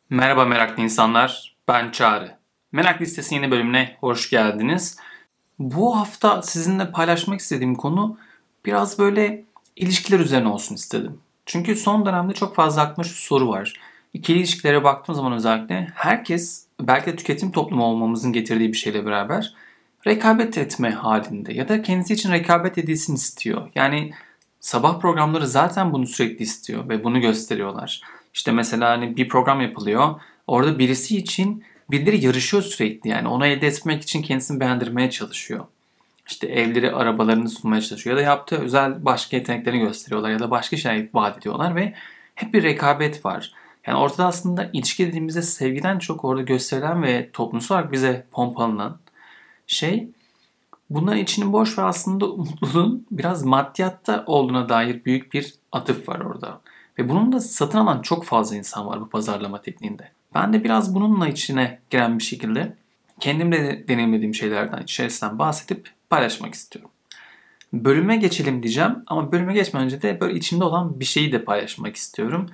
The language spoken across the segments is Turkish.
Merhaba meraklı insanlar, ben Çağrı. Merak Listesi yeni bölümüne hoş geldiniz. Bu hafta sizinle paylaşmak istediğim konu biraz böyle ilişkiler üzerine olsun istedim. Çünkü son dönemde çok fazla aklıma şu soru var. İkili ilişkilere baktığım zaman özellikle herkes belki de tüketim toplumu olmamızın getirdiği bir şeyle beraber rekabet etme halinde ya da kendisi için rekabet edilsin istiyor. Yani sabah programları zaten bunu sürekli istiyor ve bunu gösteriyorlar. İşte mesela hani bir program yapılıyor. Orada birisi için birileri yarışıyor sürekli yani. Onu elde etmek için kendisini beğendirmeye çalışıyor. İşte evleri, arabalarını sunmaya çalışıyor ya da yaptığı özel başka yeteneklerini gösteriyorlar ya da başka şey vaat ediyorlar ve hep bir rekabet var. Yani ortada aslında ilişki dediğimizde sevgiden çok orada gösterilen ve toplumsal olarak bize pompalanan şey bunların içinin boş ve aslında mutluluğun biraz maddiyatta olduğuna dair büyük bir atıf var orada. Ve bunun da satın alan çok fazla insan var bu pazarlama tekniğinde. Ben de biraz bununla içine giren bir şekilde kendimde de deneyimlediğim şeylerden içerisinden bahsedip paylaşmak istiyorum. Bölüme geçelim diyeceğim ama bölüme geçmeden önce de böyle içimde olan bir şeyi de paylaşmak istiyorum.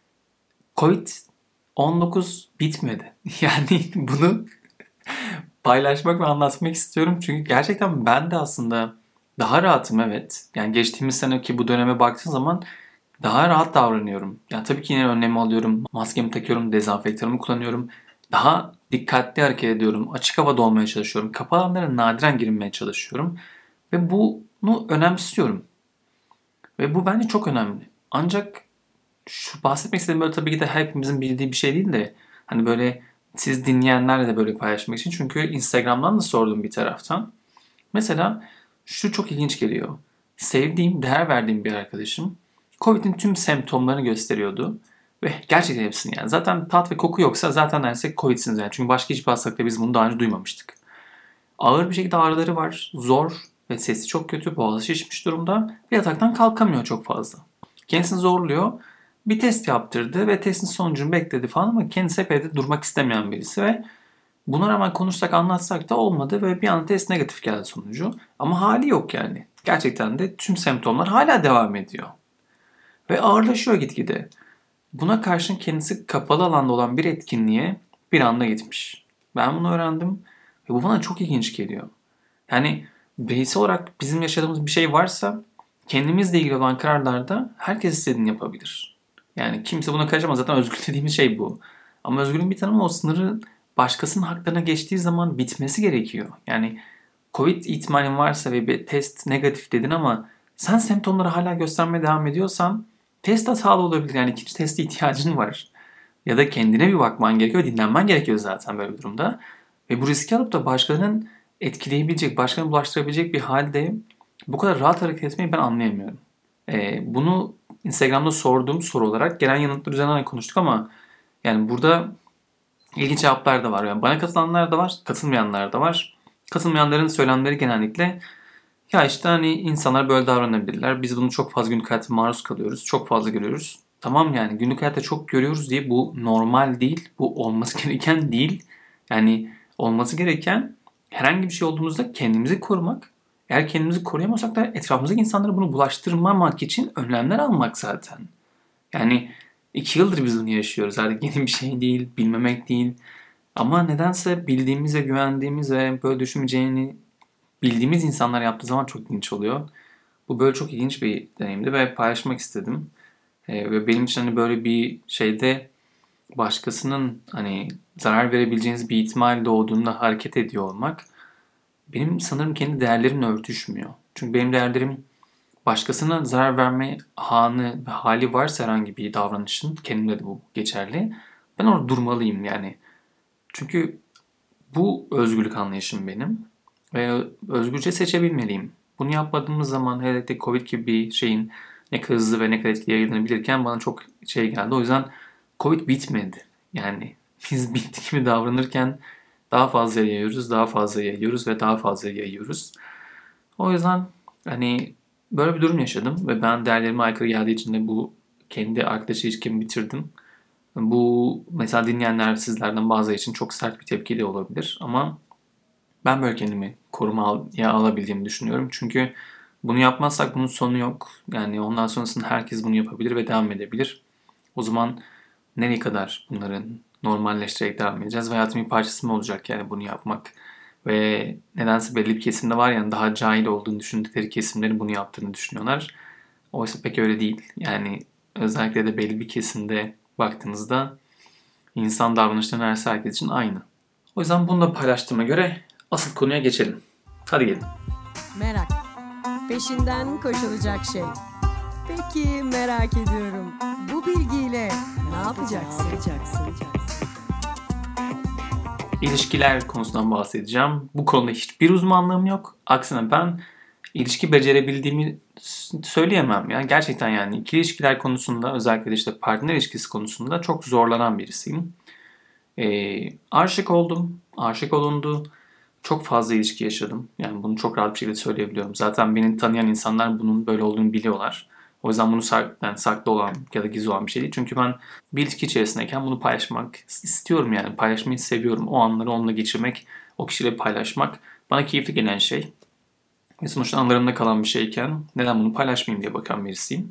Covid-19 bitmedi. Yani bunu paylaşmak ve anlatmak istiyorum. Çünkü gerçekten ben de aslında daha rahatım, evet. Yani geçtiğimiz seneki bu döneme baktığım zaman daha rahat davranıyorum. Yani tabii ki yine önlemi alıyorum. Maskemi takıyorum, dezenfektanımı kullanıyorum. Daha dikkatli hareket ediyorum. Açık havada olmaya çalışıyorum. Kapalı alanlara nadiren girmeye çalışıyorum. Ve bunu önemsiyorum. Ve bu bence çok önemli. Ancak şu bahsetmek istediğim böyle tabii ki de hepimizin bildiği bir şey değil de hani böyle siz dinleyenlerle de böyle paylaşmak için. Çünkü Instagram'dan da sordum bir taraftan. Mesela şu çok ilginç geliyor. Sevdiğim, değer verdiğim bir arkadaşım Covid'in tüm semptomlarını gösteriyordu. Ve gerçekten hepsini yani. Zaten tat ve koku yoksa zaten dersek Covid'siniz yani. Çünkü başka hiçbir hastalıkta biz bunu daha önce duymamıştık. Ağır bir şekilde ağrıları var. Zor ve sesi çok kötü. Boğazı şişmiş durumda. Ve yataktan kalkamıyor çok fazla. Kendisini zorluyor. Bir test yaptırdı ve testin sonucunu bekledi falan ama kendisi hep evde durmak istemeyen birisi ve buna rağmen konuşsak anlatsak da olmadı ve bir anda test negatif geldi sonucu. Ama hali yok yani. Gerçekten de tüm semptomlar hala devam ediyor. Ve ağırlaşıyor gitgide. Buna karşın kendisi kapalı alanda olan bir etkinliğe bir anda gitmiş. Ben bunu öğrendim ve bu bana çok ilginç geliyor. Yani bireysel olarak bizim yaşadığımız bir şey varsa kendimizle ilgili olan kararlarda herkes istediğini yapabilir. Yani kimse buna karışamaz. Zaten özgür dediğimiz şey bu. Ama özgürlüğün bir tanımı o sınırı başkasının haklarına geçtiği zaman bitmesi gerekiyor. Yani Covid ihtimalin varsa ve bir test negatif dedin ama sen semptomları hala göstermeye devam ediyorsan test hatalı olabilir. Yani ikinci teste ihtiyacın var. Ya da kendine bir bakman gerekiyor. Dinlenmen gerekiyor zaten böyle bir durumda. Ve bu riski alıp da başkalarının etkileyebilecek, başkalarına bulaştırabilecek bir halde bu kadar rahat hareket etmeyi ben anlayamıyorum. Bunu Instagram'da sorduğum soru olarak gelen yanıtlar üzerinden konuştuk ama yani burada ilginç cevaplar da var. Yani bana katılanlar da var, katılmayanlar da var. Katılmayanların söylemleri genellikle ya işte hani insanlar böyle davranabilirler. Biz bunu çok fazla günlük hayatta maruz kalıyoruz. Çok fazla görüyoruz. Tamam yani günlük hayatta çok görüyoruz diye bu normal değil. Bu olması gereken değil. Yani olması gereken herhangi bir şey olduğumuzda kendimizi korumak. Eğer kendimizi koruyamazsak da etrafımızdaki insanlara bunu bulaştırmamak için önlemler almak zaten. Yani 2 yıldır biz bunu yaşıyoruz. Artık yeni bir şey değil, bilmemek değil. Ama nedense bildiğimiz ve güvendiğimiz ve böyle düşünmeyeceğini bildiğimiz insanlar yaptığı zaman çok ilginç oluyor. Bu böyle çok ilginç bir deneyimdi ve paylaşmak istedim. Ve benim için hani böyle bir şeyde başkasının hani zarar verebileceğiniz bir ihtimal doğduğunda hareket ediyor olmak benim sanırım kendi değerlerimle örtüşmüyor. Çünkü benim değerlerim başkasına zarar verme anı ve hali varsa herhangi bir davranışın kendimde de bu geçerli. Ben orada durmalıyım yani. Çünkü bu özgürlük anlayışım benim. Ve özgürce seçebilmeliyim. Bunu yapmadığımız zaman hele de Covid gibi bir şeyin ne kadar hızlı ve ne kadar etkili yayılanabilirken bana çok şey geldi. O yüzden Covid bitmedi. Yani biz bitti gibi davranırken daha fazla yayıyoruz, daha fazla yayıyoruz ve daha fazla yayıyoruz. O yüzden hani böyle bir durum yaşadım ve ben değerlerime aykırı geldiği için de bu kendi arkadaş ilişkimi bitirdim. Bu mesela dinleyenler sizlerden bazıları için çok sert bir tepki de olabilir ama ben böyle kendimi korumaya alabildiğimi düşünüyorum. Çünkü bunu yapmazsak bunun sonu yok. Yani ondan sonrasında herkes bunu yapabilir ve devam edebilir. O zaman nereye kadar bunların normalleştirerek devam edeceğiz. Ve hayatın bir parçası mı olacak yani bunu yapmak? Ve nedense belli bir kesimde var yani daha cahil olduğunu düşündükleri kesimlerin bunu yaptığını düşünüyorlar. Oysa pek öyle değil. Yani özellikle de belli bir kesimde baktığınızda insan davranışları neredeyse herkes için aynı. O yüzden bunu da paylaştığıma göre asıl konuya geçelim. Hadi gelin. Merak. Peşinden koşulacak şey. Peki merak ediyorum. Bu bilgiyle ne yapacaksın? İlişkiler konusundan bahsedeceğim. Bu konuda hiçbir uzmanlığım yok. Aksine ben ilişki becerebildiğimi söyleyemem. Yani gerçekten yani ikili ilişkiler konusunda özellikle de işte partner ilişkisi konusunda çok zorlanan birisiyim. Aşık oldum, aşık olundu. Çok fazla ilişki yaşadım. Yani bunu çok rahat bir şekilde söyleyebiliyorum. Zaten beni tanıyan insanlar bunun böyle olduğunu biliyorlar. O yüzden bunu saklı olan ya da gizli olan bir şey değil. Çünkü ben bir ilişki içerisindeyken bunu paylaşmak istiyorum yani. Paylaşmayı seviyorum. O anları onunla geçirmek, o kişiyle paylaşmak bana keyifli gelen şey. Ve sonuçta anılarımda kalan bir şeyken neden bunu paylaşmayayım diye bakan birisiyim.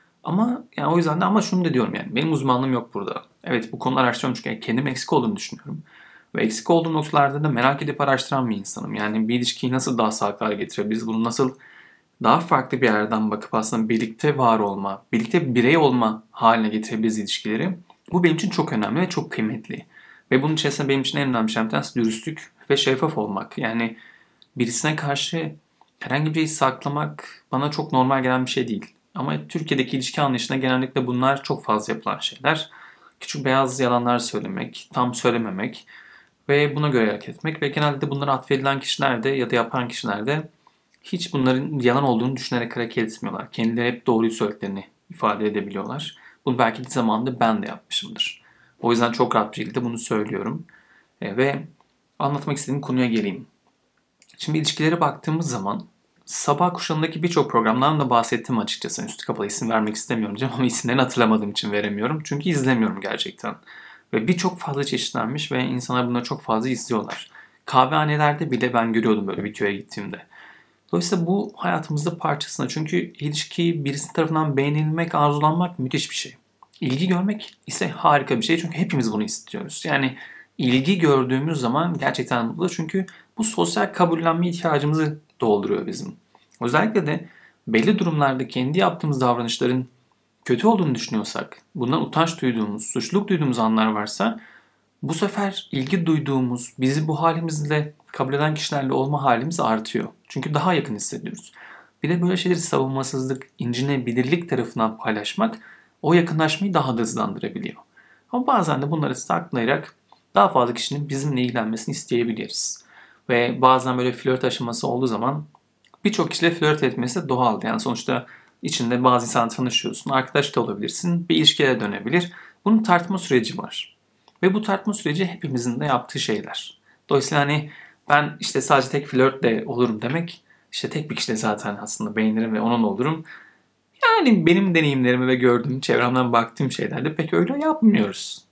Ama yani o yüzden de ama şunu da diyorum yani benim uzmanlığım yok burada. Evet bu konuları araştırıyorum çünkü kendim eksik olduğumu düşünüyorum. Ve eksik olduğum noktalarda da merak edip araştıran bir insanım. Yani bir ilişkiyi nasıl daha sağlıklı hale getirebiliriz? Bunu nasıl daha farklı bir yerden bakıp aslında birlikte var olma, birlikte birey olma haline getirebiliriz ilişkileri. Bu benim için çok önemli ve çok kıymetli. Ve bunun içerisinde benim için en önemli şey bir tanesi dürüstlük ve şeffaf olmak. Yani birisine karşı herhangi bir şeyi saklamak bana çok normal gelen bir şey değil. Ama Türkiye'deki ilişki anlayışında genellikle bunlar çok fazla yapılan şeyler. Küçük beyaz yalanlar söylemek, tam söylememek ve buna göre hareket etmek ve genelde de bunlara atfedilen kişiler de ya da yapan kişiler de hiç bunların yalan olduğunu düşünerek hareket etmiyorlar. Kendileri hep doğruyu söylediklerini ifade edebiliyorlar. Bunu belki de zamanında ben de yapmışımdır. O yüzden çok rahat bir şekilde bunu söylüyorum. Ve anlatmak istediğim konuya geleyim. Şimdi ilişkilere baktığımız zaman sabah kuşağındaki birçok programdan da bahsettim açıkçası. Üstü kapalı isim vermek istemiyorum canım ama isimlerini hatırlamadığım için veremiyorum. Çünkü izlemiyorum gerçekten. Ve birçok fazla çeşitlenmiş ve insanlar bunları çok fazla izliyorlar. Kahvehanelerde bile ben görüyordum böyle bir köye gittiğimde. Dolayısıyla bu hayatımızda parçasına. Çünkü ilişki birisi tarafından beğenilmek, arzulanmak müthiş bir şey. İlgi görmek ise harika bir şey. Çünkü hepimiz bunu istiyoruz. Yani ilgi gördüğümüz zaman gerçekten mutlu. Çünkü bu sosyal kabullenme ihtiyacımızı dolduruyor bizim. Özellikle de belli durumlarda kendi yaptığımız davranışların kötü olduğunu düşünüyorsak, bundan utanç duyduğumuz, suçluluk duyduğumuz anlar varsa bu sefer ilgi duyduğumuz, bizi bu halimizle kabul eden kişilerle olma halimiz artıyor. Çünkü daha yakın hissediyoruz. Bir de böyle şeyleri savunmasızlık, incinebilirlik tarafından paylaşmak o yakınlaşmayı daha da hızlandırabiliyor. Ama bazen de bunları saklayarak daha fazla kişinin bizimle ilgilenmesini isteyebiliriz. Ve bazen böyle flört aşaması olduğu zaman birçok kişiyle flört etmesi de doğal. Yani sonuçta içinde bazı insanla tanışıyorsun, arkadaş da olabilirsin, bir ilişkiye dönebilir. Bunun tartma süreci var. Ve bu tartma süreci hepimizin de yaptığı şeyler. Dolayısıyla hani ben işte sadece tek flörtle olurum demek, işte tek bir kişiyle zaten aslında beğenirim ve onunla olurum. Yani benim deneyimlerime ve gördüğüm, çevremden baktığım şeylerde pek öyle yapmıyoruz.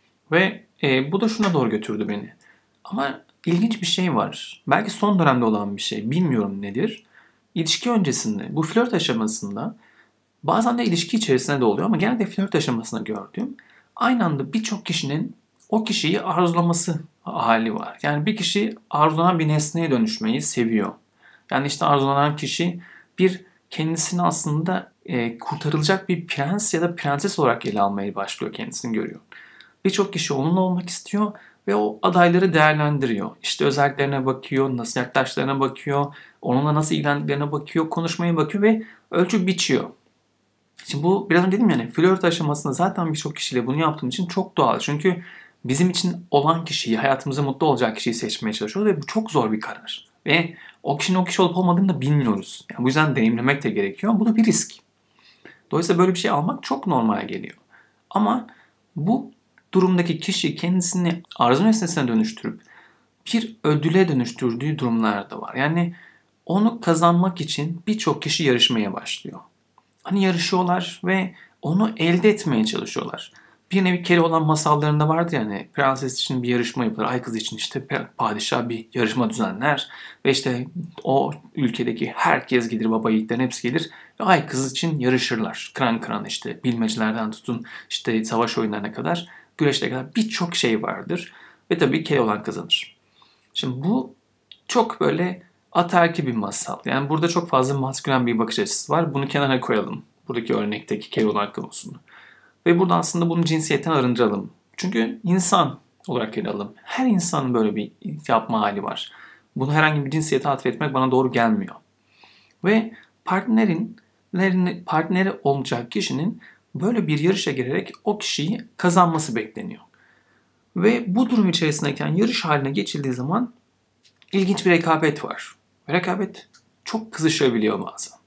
Ve bu da şuna doğru götürdü beni. Ama ilginç bir şey var. Belki son dönemde olan bir şey. Bilmiyorum nedir. İlişki öncesinde, bu flört aşamasında bazen de ilişki içerisinde de oluyor ama genelde flört aşamasında gördüğüm aynı anda birçok kişinin o kişiyi arzulaması hali var. Yani bir kişi arzulanan bir nesneye dönüşmeyi seviyor. Yani işte arzulanan kişi bir kendisini aslında kurtarılacak bir prens ya da prenses olarak ele almaya başlıyor, kendisini görüyor. Birçok kişi onunla olmak istiyor ve o adayları değerlendiriyor. İşte özelliklerine bakıyor, nasıl yaklaştıklarına bakıyor, onunla nasıl ilgilendiklerine bakıyor, konuşmaya bakıyor ve ölçüp biçiyor. Şimdi bu biraz önce dedim yani flört aşamasında zaten birçok kişiyle bunu yaptığım için çok doğal. Çünkü bizim için olan kişiyi, hayatımıza mutlu olacak kişiyi seçmeye çalışıyoruz ve bu çok zor bir karar. Ve o kişinin o kişi olup olmadığını da bilmiyoruz. Yani bu yüzden deneyimlemek de gerekiyor. Bu da bir risk. Dolayısıyla böyle bir şey almak çok normal geliyor. Ama bu durumdaki kişi kendisini arzu nesnesine dönüştürüp bir ödüle dönüştürdüğü durumlar da var. Yani onu kazanmak için birçok kişi yarışmaya başlıyor. Hani yarışıyorlar ve onu elde etmeye çalışıyorlar. Bir nevi Keloğlan masallarında vardı yani prenses için bir yarışma yapılır. Ay kız için işte padişah bir yarışma düzenler. Ve işte o ülkedeki herkes gelir, baba yiğitlerin hepsi gelir. Ve ay kız için yarışırlar. Kıran kıran işte bilmecelerden tutun işte savaş oyunlarına kadar. güreşte kadar birçok şey vardır. Ve tabii Keloğlan kazanır. Şimdi bu çok böyle ataerkil bir masal. Yani burada çok fazla maskülen bir bakış açısı var. Bunu kenara koyalım. Buradaki örnekteki Keloğlan konusunu. Ve burada aslında bunu cinsiyetten arındıralım. Çünkü insan olarak ele alalım. Her insanın böyle bir yapma hali var. Bunu herhangi bir cinsiyete atfetmek bana doğru gelmiyor. Ve partneri olacak kişinin böyle bir yarışa girerek o kişiyi kazanması bekleniyor. Ve bu durum içerisindeyken yarış haline geçildiği zaman ilginç bir rekabet var. Rekabet çok kızışabiliyor bazen.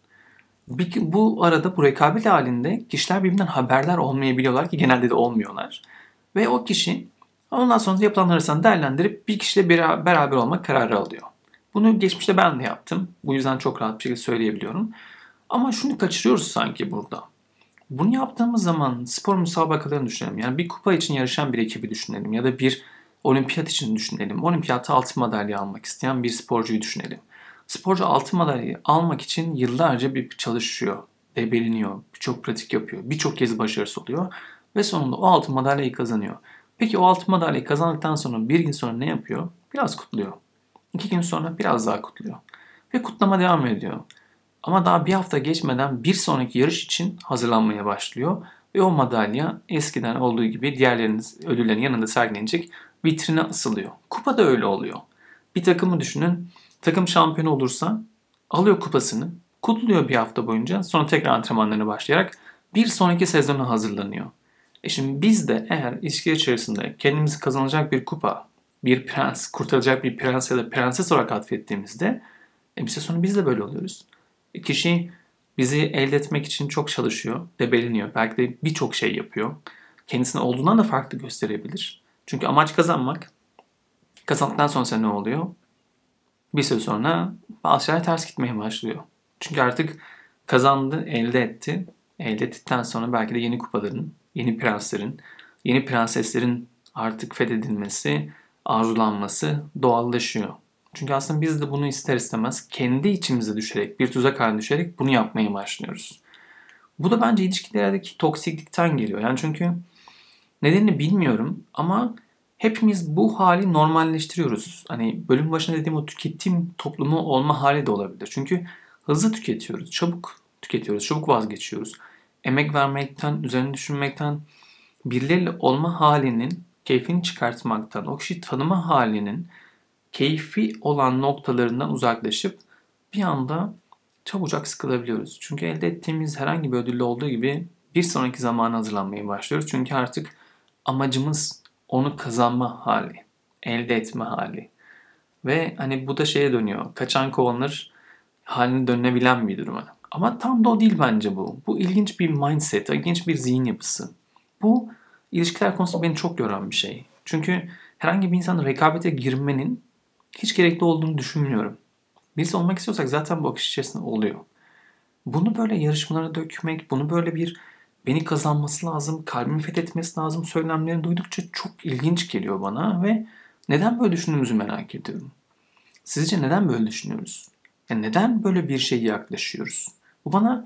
Bu arada bu rekabet halinde kişiler birbirinden haberdar olmayabiliyorlar ki genelde de olmuyorlar. Ve o kişi ondan sonra yapılanlar arasında değerlendirip bir kişiyle beraber olma kararı alıyor. Bunu geçmişte ben de yaptım. Bu yüzden çok rahat bir şekilde söyleyebiliyorum. Ama şunu kaçırıyoruz sanki burada. Bunu yaptığımız zaman spor müsabakalarını düşünelim. Yani bir kupa için yarışan bir ekibi düşünelim. Ya da bir olimpiyat için düşünelim. Olimpiyatta altın madalya almak isteyen bir sporcuyu düşünelim. Sporcu altın madalyayı almak için yıllarca bir çalışıyor, debeleniyor, birçok pratik yapıyor, birçok kez başarısı oluyor ve sonunda o altın madalyayı kazanıyor. Peki o altın madalyayı kazandıktan sonra bir gün sonra ne yapıyor? Biraz kutluyor. 2 gün sonra biraz daha kutluyor. Ve kutlama devam ediyor. Ama daha bir hafta geçmeden bir sonraki yarış için hazırlanmaya başlıyor. Ve o madalya eskiden olduğu gibi diğerlerinin ödüllerinin yanında sergilenecek vitrine asılıyor. Kupa da öyle oluyor. Bir takımı düşünün. Takım şampiyon olursa alıyor kupasını, kutluyor bir hafta boyunca. Sonra tekrar antrenmanlarına başlayarak bir sonraki sezona hazırlanıyor. Şimdi biz de eğer ilişki içerisinde kendimizi kazanacak bir kupa, bir prens, kurtaracak bir prens ya da prenses olarak atfettiğimizde bir süre sonra biz de böyle oluyoruz. Kişi bizi elde etmek için çok çalışıyor, debeleniyor. Belki de birçok şey yapıyor. Kendisini olduğundan da farklı gösterebilir. Çünkü amaç kazanmak. Kazandıktan sonra ne oluyor? Bir süre sonra bazı şeyler ters gitmeye başlıyor. Çünkü artık kazandı, elde etti. Elde ettikten sonra belki de yeni kupaların, yeni prenslerin, yeni prenseslerin artık fethedilmesi, arzulanması doğallaşıyor. Çünkü aslında biz de bunu ister istemez kendi içimize düşerek, bir tuzak haline düşerek bunu yapmaya başlıyoruz. Bu da bence ilişkilerdeki toksiklikten geliyor. Yani çünkü nedenini bilmiyorum ama hepimiz bu hali normalleştiriyoruz. Hani bölüm başında dediğim o tüketim toplumu olma hali de olabilir. Çünkü hızlı tüketiyoruz, çabuk tüketiyoruz, çabuk vazgeçiyoruz. Emek vermekten, üzerine düşünmekten, birileriyle olma halinin keyfini çıkartmaktan, o kişiyi tanıma halinin keyfi olan noktalarından uzaklaşıp bir anda çabucak sıkılabiliyoruz. Çünkü elde ettiğimiz herhangi bir ödülle olduğu gibi bir sonraki zamana hazırlanmaya başlıyoruz. Çünkü artık amacımız onu kazanma hali, elde etme hali. Ve hani bu da şeye dönüyor. Kaçan kovalanır haline dönebilen bir durum. Ama tam da o değil bence bu. Bu ilginç bir mindset, ilginç bir zihin yapısı. Bu ilişkiler konusunda beni çok yoran bir şey. Çünkü herhangi bir insanla rekabete girmenin hiç gerekli olduğunu düşünmüyorum. Birisi olmak istiyorsak zaten bu akış içerisinde oluyor. Bunu böyle yarışmalara dökmek, bunu böyle bir beni kazanması lazım, kalbimi fethetmesi lazım söylemlerini duydukça çok ilginç geliyor bana ve neden böyle düşündüğümüzü merak ediyorum. Sizce neden böyle düşünüyoruz? Yani neden böyle bir şeye yaklaşıyoruz? Bu bana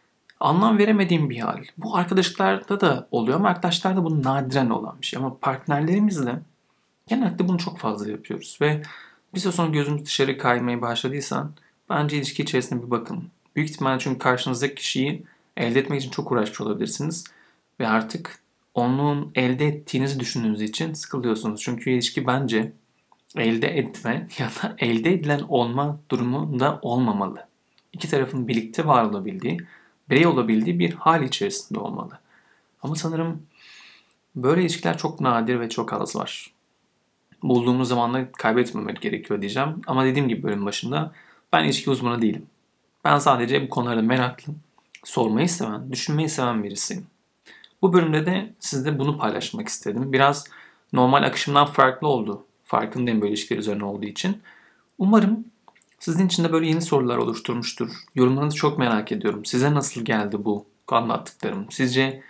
anlam veremediğim bir hal. Bu arkadaşlıklarda da oluyor ama arkadaşlarda bu nadiren olan bir şey. Ama partnerlerimizle genellikle bunu çok fazla yapıyoruz ve bir süre sonra gözümüz dışarı kaymaya başladıysan bence ilişki içerisinde bir bakın. Büyük ihtimalle çünkü karşınızdaki kişiyi elde etmek için çok uğraşmış olabilirsiniz. Ve artık onun elde ettiğinizi düşündüğünüz için sıkılıyorsunuz. Çünkü ilişki bence elde etme ya da elde edilen olma durumunda olmamalı. İki tarafın birlikte var olabildiği, birey olabildiği bir hal içerisinde olmalı. Ama sanırım böyle ilişkiler çok nadir ve çok az var. Bulduğumuz zamanla kaybetmemek gerekiyor diyeceğim. Ama dediğim gibi bölüm başında ben ilişki uzmanı değilim. Ben sadece bu konularda meraklı, sormayı seven, düşünmeyi seven birisiyim. Bu bölümde de sizle bunu paylaşmak istedim. Biraz normal akışımdan farklı oldu. Farkındayım böyle ilişkiler üzerine olduğu için. Umarım sizin için de böyle yeni sorular oluşturmuştur. Yorumlarınızı çok merak ediyorum. Size nasıl geldi bu anlattıklarım? Sizce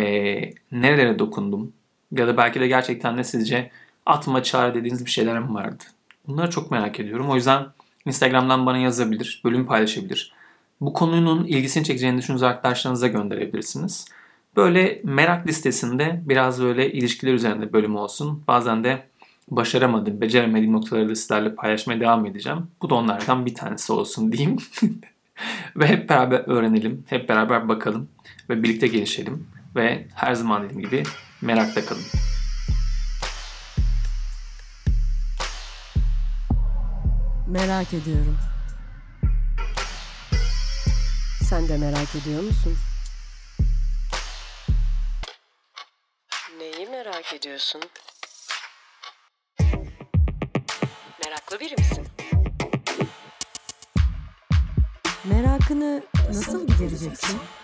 nerelere dokundum? Ya da belki de gerçekten de sizce atma çağrı dediğiniz bir şeyler mi vardı? Bunları çok merak ediyorum. O yüzden Instagram'dan bana yazabilir, bölüm paylaşabilir. Bu konunun ilgisini çekeceğini düşündüğünüz arkadaşlarınıza gönderebilirsiniz. Böyle merak listesinde biraz böyle ilişkiler üzerinde bölüm olsun. Bazen de başaramadığım, beceremediğim noktaları da sizlerle paylaşmaya devam edeceğim. Bu da onlardan bir tanesi olsun diyeyim. Ve hep beraber öğrenelim, hep beraber bakalım ve birlikte gelişelim. Ve her zaman dediğim gibi merakla kalın. Merak ediyorum. Sen de merak ediyor musun? Neyi merak ediyorsun? Meraklı biri misin? Merakını nasıl gidereceksin?